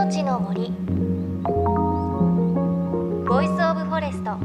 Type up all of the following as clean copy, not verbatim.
ちの森ボイスオブフォレスト。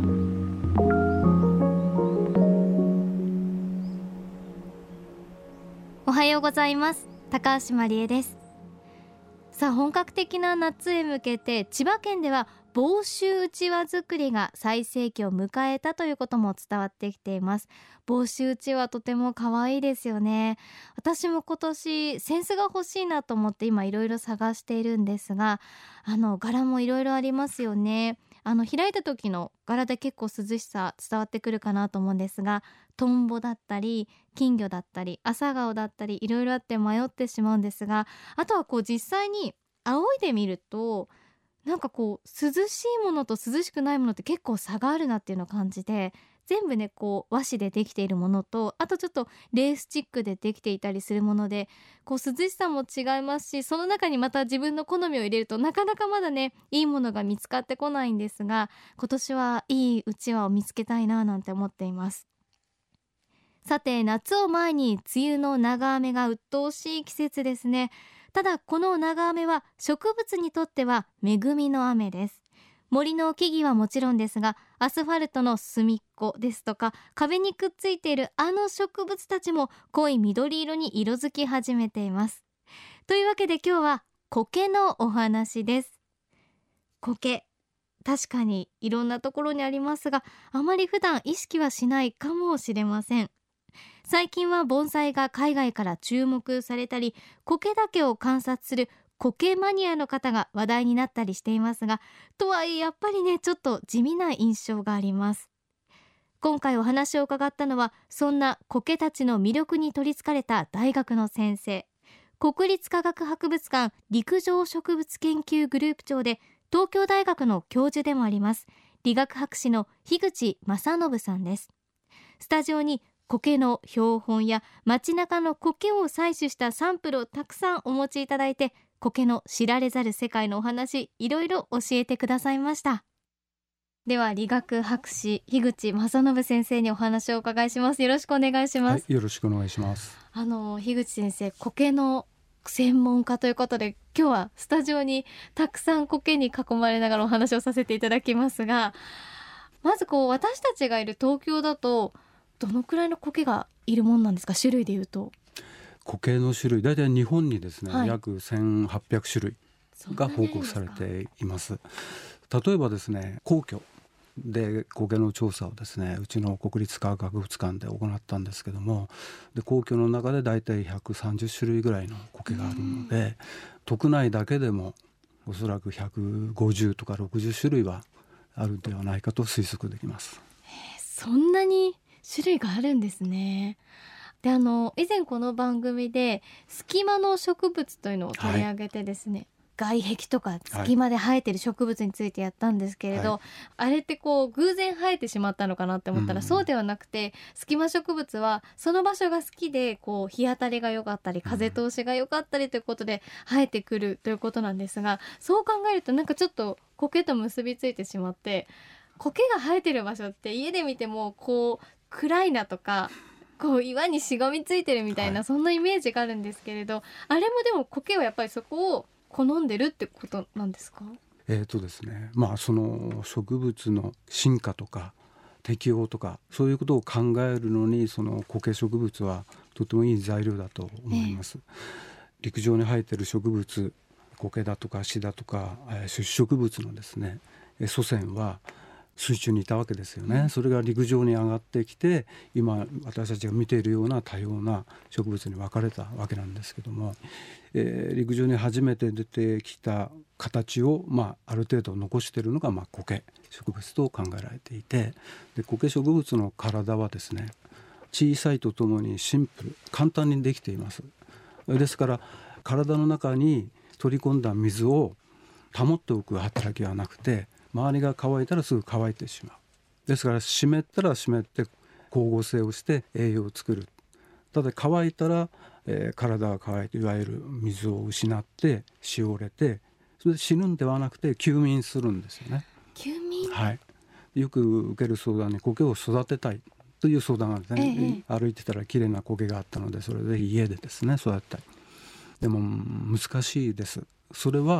おはようございます。高橋真理恵です。さあ、本格的な夏へ向けて千葉県では房州うちわ作りが最盛期を迎えたということも伝わってきています。房州うちわとても可愛いですよね。私も今年センスが欲しいなと思って今いろいろ探しているんですが、柄もいろいろありますよね。開いた時の柄で結構涼しさ伝わってくるかなと思うんですが、トンボだったり金魚だったり朝顔だったりいろいろあって迷ってしまうんですが、あとは実際に仰いでみるとなんか涼しいものと涼しくないものって結構差があるなっていうのを感じて、全部ね和紙でできているものと、あとちょっとレースチックでできていたりするもので涼しさも違いますし、その中にまた自分の好みを入れるとなかなかまだねいいものが見つかってこないんですが、今年はいいうちわを見つけたいななんて思っています。さて、夏を前に梅雨の長雨が鬱陶しい季節ですね。ただこの長雨は植物にとっては恵みの雨です。森の木々はもちろんですが、アスファルトの隅っこですとか壁にくっついている植物たちも濃い緑色に色づき始めています。というわけで今日は苔のお話です。苔、確かにいろんなところにありますが、あまり普段意識はしないかもしれません。最近は盆栽が海外から注目されたり、苔だけを観察する苔マニアの方が話題になったりしていますが、とはいえやっぱりねちょっと地味な印象があります。今回お話を伺ったのは、そんな苔たちの魅力に取りつかれた大学の先生、国立科学博物館陸上植物研究グループ長で東京大学の教授でもあります理学博士の樋口正信さんです。スタジオに苔の標本や街中の苔を採取したサンプルをたくさんお持ちいただいて、苔の知られざる世界のお話いろいろ教えてくださいました。では理学博士樋口正信先生にお話をお伺いします。よろしくお願いします。 はい、よろしくお願いします。 樋口先生、苔の専門家ということで今日はスタジオにたくさん苔に囲まれながらお話をさせていただきますが、まず私たちがいる東京だとどのくらいの苔がいるもんなんですか、種類でいうと。 苔の種類、だいたい日本にですね、 はい、 約1800種類が報告されています。例えばですね、皇居で苔の調査をですね、うちの国立科学博物館で行ったんですけども、で皇居の中でだいたい130種類ぐらいの苔があるので、国内だけでもおそらく150とか60種類はあるのではないかと推測できます。 そんなに種類があるんですね。で以前この番組で隙間の植物というのを取り上げてですね、外壁とか隙間で生えてる植物についてやったんですけれど、あれって偶然生えてしまったのかなって思ったら、そうではなくて隙間植物はその場所が好きで日当たりが良かったり風通しが良かったりということで生えてくるということなんですが、そう考えるとなんかちょっと苔と結びついてしまって、苔が生えてる場所って家で見ても暗いなとか岩にしがみついてるみたいな、そんなイメージがあるんですけれど、あれもでも苔はやっぱりそこを好んでるってことなんですか？ ですね、その植物の進化とか適応とかそういうことを考えるのに、その苔植物はとてもいい材料だと思います。陸上に生えている植物、苔だとかシダとか種子植物のですね祖先は水中にいたわけですよね。それが陸上に上がってきて、今私たちが見ているような多様な植物に分かれたわけなんですけども、陸上に初めて出てきた形を、ある程度残しているのが、苔植物と考えられていて、で苔植物の体はですね、小さいとともにシンプル、簡単にできています。ですから体の中に取り込んだ水を保っておく働きはなくて、周りが乾いたらすぐ乾いてしまう。ですから湿ったら湿って光合成をして栄養を作る。ただ乾いたら、体が乾いていわゆる水を失ってしおれて、それで死ぬんではなくて休眠するんですよね。 休眠、 はい、よく受ける相談に苔を育てたいという相談がですね、歩いてたら綺麗な苔があったので、それで家でですね育てたい。でも難しいです。それは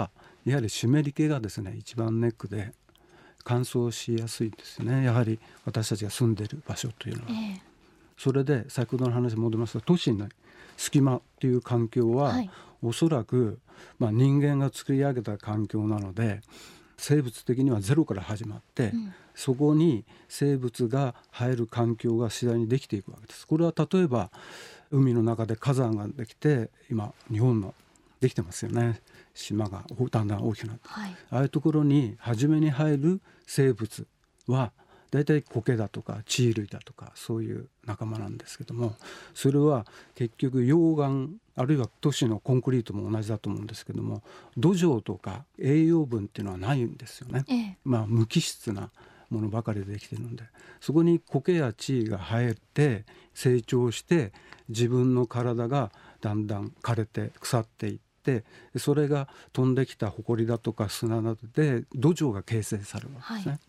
やはり湿り気がですね一番ネックで乾燥しやすいですね。やはり私たちが住んでいる場所というのは、それで先ほどの話に戻りますと、都市の隙間という環境は、 はい、 おそらく、人間が作り上げた環境なので生物的にはゼロから始まって、そこに生物が生える環境が次第にできていくわけです。これは例えば海の中で火山ができて、今日本のできてますよね。島がだんだん大きくなって、 はい、 ああいうところに初めに入る生物はだいたい苔だとか地衣類だとかそういう仲間なんですけども、それは結局溶岩あるいは都市のコンクリートも同じだと思うんですけども、土壌とか栄養分っていうのはないんですよね。無機質なものばかりでできているので、そこに苔や地が生えて成長して自分の体がだんだん枯れて腐っていって、それが飛んできた埃だとか砂などで土壌が形成されるわけですね。はい、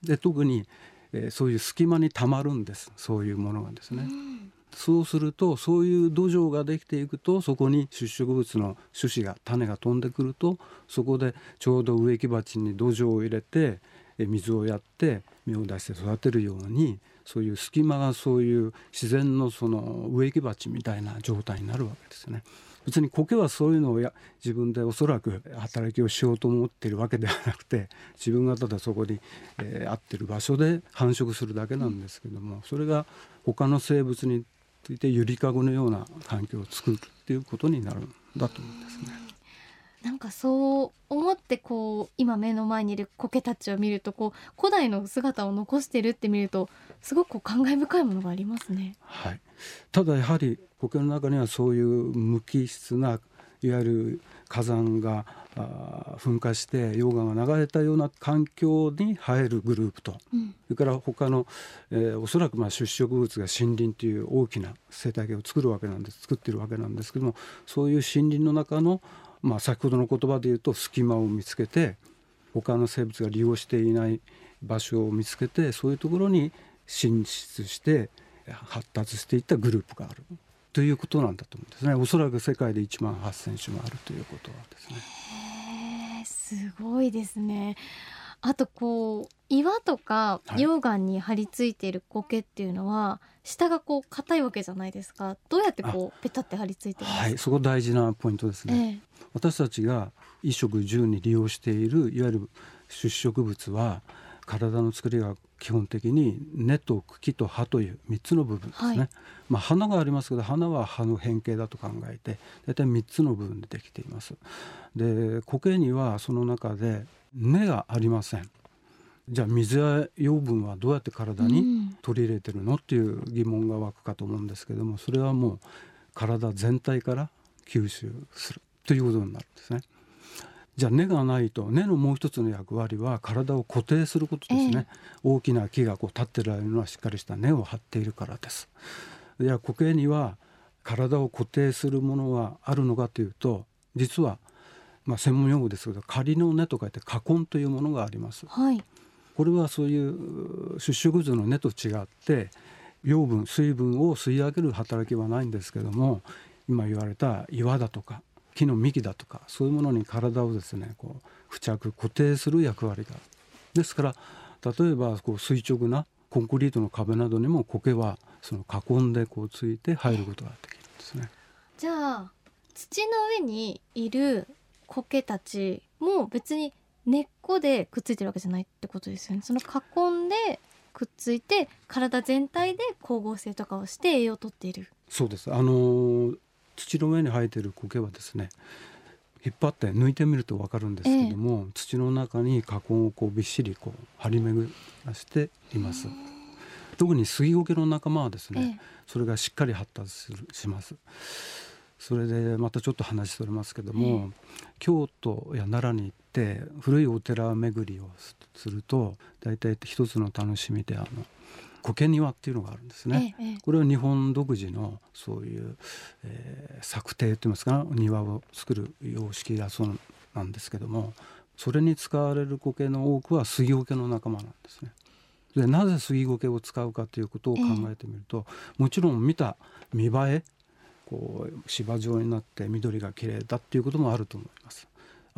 で特に、そういう隙間にたまるんです、そういうものがですね。そうするとそういう土壌ができていくと、そこに出植物の種子が種が飛んでくると、そこでちょうど植木鉢に土壌を入れて水をやって芽を出して育てるように、そういう隙間がそういう自然のその植木鉢みたいな状態になるわけですよね。別に苔はそういうのを自分でおそらく働きをしようと思っているわけではなくて、自分がただそこに、合っている場所で繁殖するだけなんですけども、それが他の生物についてゆりかごのような環境を作るっていうことになるんだと思うんですね。 なんかそう思って今目の前にいる苔たちを見ると古代の姿を残してるって見るとすごく感慨深いものがありますね。 はい、ただやはり苔の中にはそういう無機質ないわゆる火山が噴火して溶岩が流れたような環境に生えるグループと、それから他の、おそらく出植物が森林という大きな生態系を作っているわけなんですけども、そういう森林の中の、先ほどの言葉で言うと隙間を見つけて、他の生物が利用していない場所を見つけて、そういうところに進出して発達していったグループがあるということなんだと思うんですね。おそらく世界で1万8000種もあるということはですね。 すごいですね。あと岩とか溶岩に張り付いている苔っていうのは、下が硬いわけじゃないですか。どうやってペタって張り付いてるんですか。 はい、そこ大事なポイントですね。私たちが衣食住に利用しているいわゆる出植物は、体の作りが基本的に根と茎と葉という3つの部分ですね。花がありますけど、花は葉の変形だと考えて大体3つの部分でできています。で苔にはその中で根がありません。じゃあ水や養分はどうやって体に取り入れてるのっていう疑問が湧くかと思うんですけども、それはもう体全体から吸収するということになるんですね。じゃあ根がないと、根のもう一つの役割は体を固定することですね。大きな木が立っているのはしっかりした根を張っているからです。じゃあ苔には体を固定するものはあるのかというと、実は専門用語ですけど、仮の根と書いて花根というものがあります。これはそういう出植物の根と違って養分水分を吸い上げる働きはないんですけども、今言われた岩だとか木の幹だとか、そういうものに体をですね付着固定する役割がある。ですから例えば垂直なコンクリートの壁などにも苔はその花根でついて入ることができるんですね。 じゃあ土の上にいる苔たちも別に根っこでくっついてるわけじゃないってことですよね。その花根でくっついて体全体で光合成とかをして栄養をとっている。 そうです。土の上に生えている苔はですね、引っ張って抜いてみると分かるんですけども、土の中に花根をびっしり張り巡らしています。特に杉苔の仲間はですね、それがしっかり発達します。それでまたちょっと話それますけども、京都や奈良に行って古いお寺巡りをすると、大体一つの楽しみで苔庭っていうのがあるんですね。これは日本独自のそういう、作庭といいますか、庭を作る様式だそうなんですけども、それに使われる苔の多くは杉苔の仲間なんですね。でなぜ杉苔を使うかということを考えてみると、もちろん見栄え芝状になって緑が綺麗だっていうこともあると思います。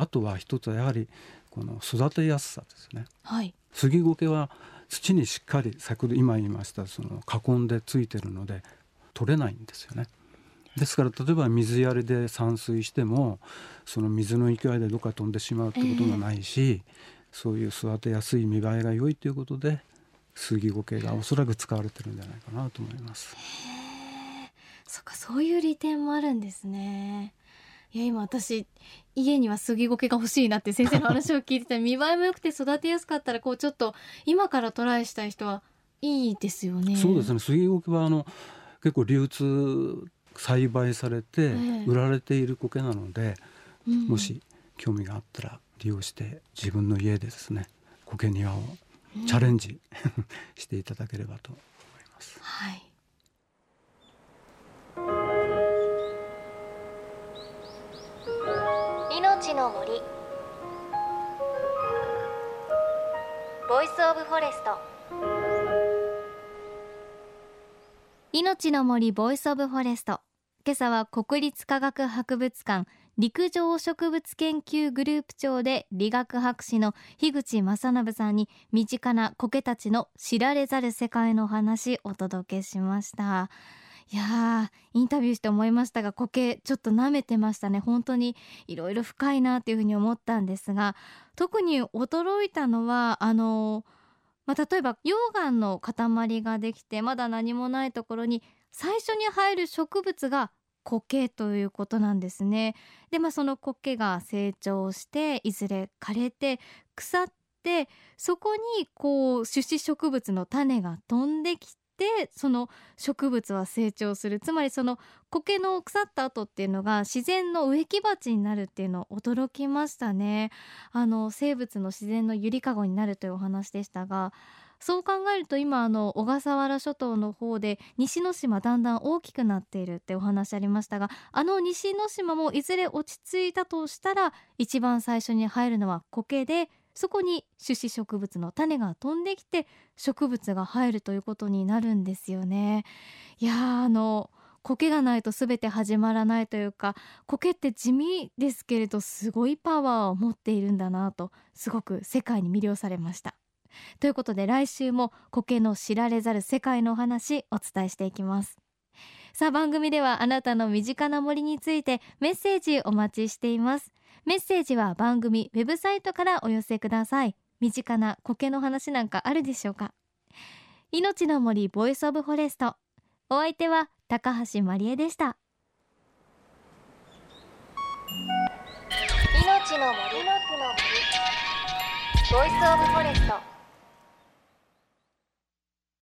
あとは一つはやはりこの育てやすさですね。 はい、 杉苔は土にしっかり、先ほど今言いましたその囲んでついてるので取れないんですよね。ですから例えば水やりで散水してもその水の勢いでどっか飛んでしまうってこともないし、そういう育てやすい見栄えが良いということで杉苔がおそらく使われてるんじゃないかなと思います。 そっか、そういう利点もあるんですね。いや、今私家には杉苔が欲しいなって先生の話を聞いてて見栄えも良くて育てやすかったらこうちょっと今からトライしたい人はいいですよね。 そうですね、杉苔は結構流通栽培されて売られている苔なので、もし興味があったら利用して自分の家でですね苔庭をチャレンジ、していただければと思います。 はい、命の森ボイスオブフォレスト。命の森ボイスオブフォレスト。今朝は国立科学博物館陸上植物研究グループ長で理学博士の樋口正信さんに身近な苔たちの知られざる世界の話お届けしました。いやー、インタビューして思いましたが苔ちょっと舐めてましたね。本当にいろいろ深いなというふうに思ったんですが、特に驚いたのは例えば溶岩の塊ができてまだ何もないところに最初に生える植物が苔ということなんですね。で、その苔が成長していずれ枯れて腐って、そこにこう種子植物の種が飛んできてその植物は成長する。つまりその苔の腐った後っていうのが自然の植木鉢になるっていうのを驚きましたね。生物の自然のゆりかごになるというお話でしたが、そう考えると今小笠原諸島の方で西之島だんだん大きくなっているってお話ありましたが、西之島もいずれ落ち着いたとしたら一番最初に生えるのは苔で、そこに種子植物の種が飛んできて植物が生えるということになるんですよね。いやー、苔がないと全て始まらないというか、苔って地味ですけれどすごいパワーを持っているんだなと、すごく世界に魅了されました。ということで来週も苔の知られざる世界のお話お伝えしていきます。さあ、番組ではあなたの身近な森についてメッセージお待ちしています。メッセージは番組ウェブサイトからお寄せください。身近な苔の話なんかあるでしょうか。命の森ボイスオブフォレスト、お相手は高橋まりえでした。命の森ボイスオブフォレスト。